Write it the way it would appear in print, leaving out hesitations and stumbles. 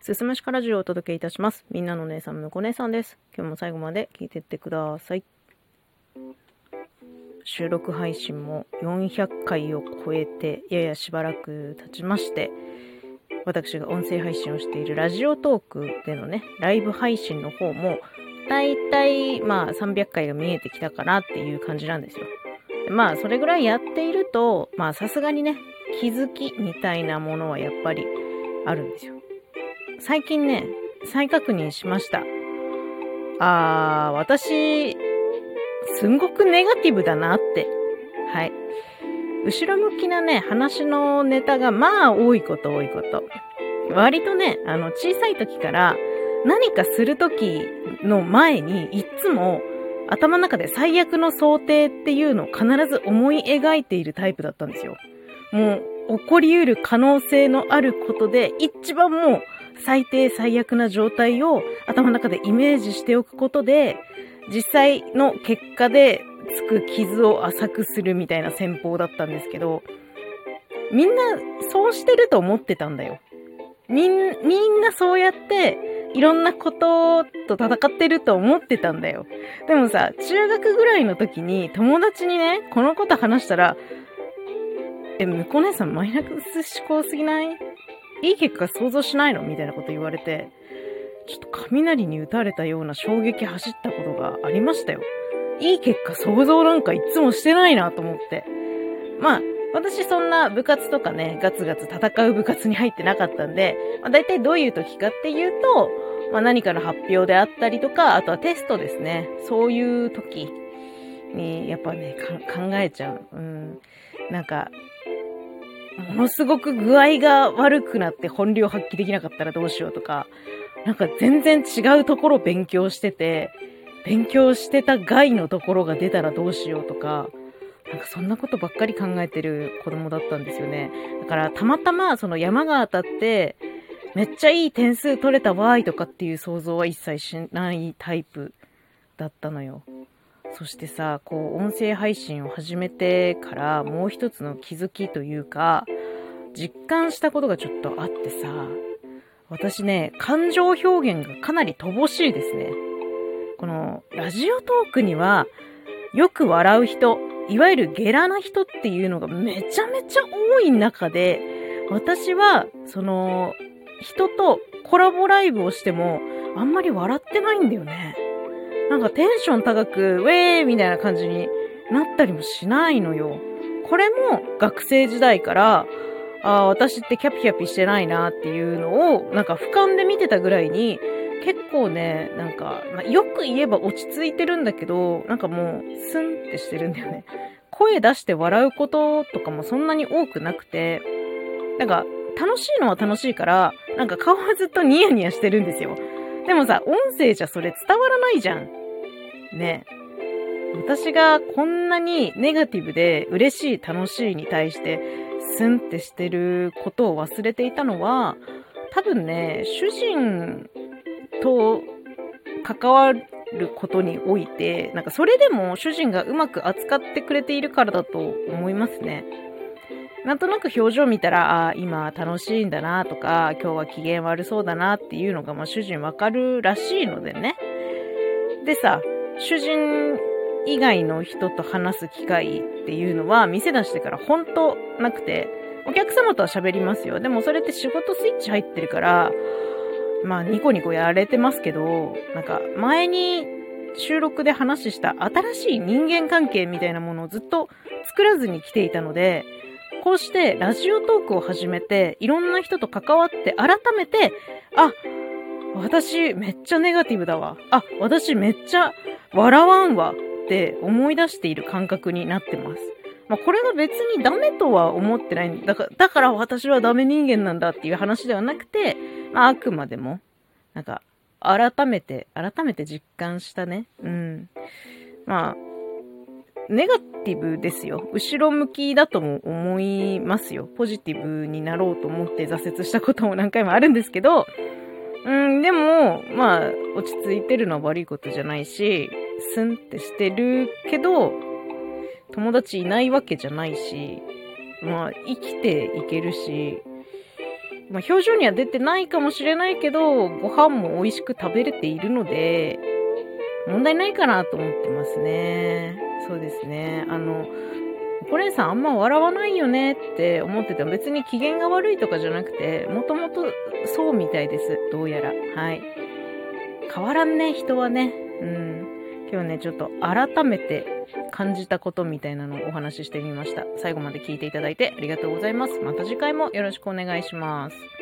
すすむしかラジオをお届けいたします。みんなの姉さん、むこ姉さんです。今日も最後まで聞いてってください。収録配信も400回を超えてややしばらく経ちまして、私が音声配信をしているラジオトークでのね、ライブ配信の方もだいたい300回が見えてきたかなっていう感じなんですよ。それぐらいやっていると、さすがにね、気づきみたいなものはやっぱりあるんですよ。最近ね、再確認しました。私、すんごくネガティブだなって。はい。後ろ向きなね、話のネタが多いこと。割とね、小さい時から何かする時の前にいつも頭の中で最悪の想定っていうのを必ず思い描いているタイプだったんですよ。もう起こり得る可能性のあることで一番もう最低最悪な状態を頭の中でイメージしておくことで実際の結果でつく傷を浅くするみたいな戦法だったんですけど、みんなそうしてると思ってたんだよ。みんなそうやっていろんなことと戦ってると思ってたんだよ。でもさ、中学ぐらいの時に友達にね、このこと話したら、むこ姉さんマイナス思考すぎない？いい結果想像しないの？みたいなこと言われて、ちょっと雷に打たれたような衝撃走ったことがありましたよ。いい結果想像なんかいつもしてないなと思って。私そんな部活とかね、ガツガツ戦う部活に入ってなかったんで、だいたいどういう時かっていうと、何かの発表であったりとか、あとはテストですね。そういう時にやっぱね、考えちゃう。なんか、ものすごく具合が悪くなって本領発揮できなかったらどうしようとか、なんか全然違うところ勉強してた外のところが出たらどうしようとか、なんかそんなことばっかり考えてる子供だったんですよね。だからたまたまその山が当たってめっちゃいい点数取れたわーいとかっていう想像は一切しないタイプだったのよ。そしてさ、音声配信を始めてからもう一つの気づきというか、実感したことがちょっとあってさ、私ね、感情表現がかなり乏しいですね。このラジオトークにはよく笑う人、いわゆるゲラな人っていうのがめちゃめちゃ多い中で、私はその人とコラボライブをしてもあんまり笑ってないんだよね。なんかテンション高くウェーみたいな感じになったりもしないのよ。これも学生時代から私ってキャピキャピしてないなっていうのをなんか俯瞰で見てたぐらいに、結構ね、なんか、よく言えば落ち着いてるんだけど、なんかもうスンってしてるんだよね。声出して笑うこととかもそんなに多くなくて、なんか楽しいのは楽しいから、なんか顔はずっとニヤニヤしてるんですよ。でもさ、音声じゃそれ伝わらないじゃん。ね。私がこんなにネガティブで嬉しい楽しいに対してスンってしてることを忘れていたのは、多分ね、主人と関わることにおいて、なんかそれでも主人がうまく扱ってくれているからだと思いますね。なんとなく表情見たら、今楽しいんだなとか、今日は機嫌悪そうだなっていうのが主人わかるらしいのでね。でさ、主人以外の人と話す機会っていうのは店出してからほんとなくて、お客様とは喋りますよ。でもそれって仕事スイッチ入ってるから、ニコニコやれてますけど、なんか前に収録で話した新しい人間関係みたいなものをずっと作らずに来ていたので、こうしてラジオトークを始めていろんな人と関わって改めて、私めっちゃネガティブだわ。私めっちゃ笑わんわって思い出している感覚になってます。これが別にダメとは思ってないんだ。だから私はダメ人間なんだっていう話ではなくて、あくまでも、なんか、改めて実感したね。ネガティブですよ。後ろ向きだとも思いますよ。ポジティブになろうと思って挫折したことも何回もあるんですけど、でも、落ち着いてるのは悪いことじゃないし、スンってしてるけど、友達いないわけじゃないし、生きていけるし、 まあ、表情には出てないかもしれないけど、ご飯も美味しく食べれているので、問題ないかなと思ってますね。そうですね。コレンさんあんま笑わないよねって思ってても別に機嫌が悪いとかじゃなくて、もともとそうみたいです。どうやら。はい。変わらんね、人はね。今日ね、ちょっと改めて感じたことみたいなのをお話ししてみました。最後まで聞いていただいてありがとうございます。また次回もよろしくお願いします。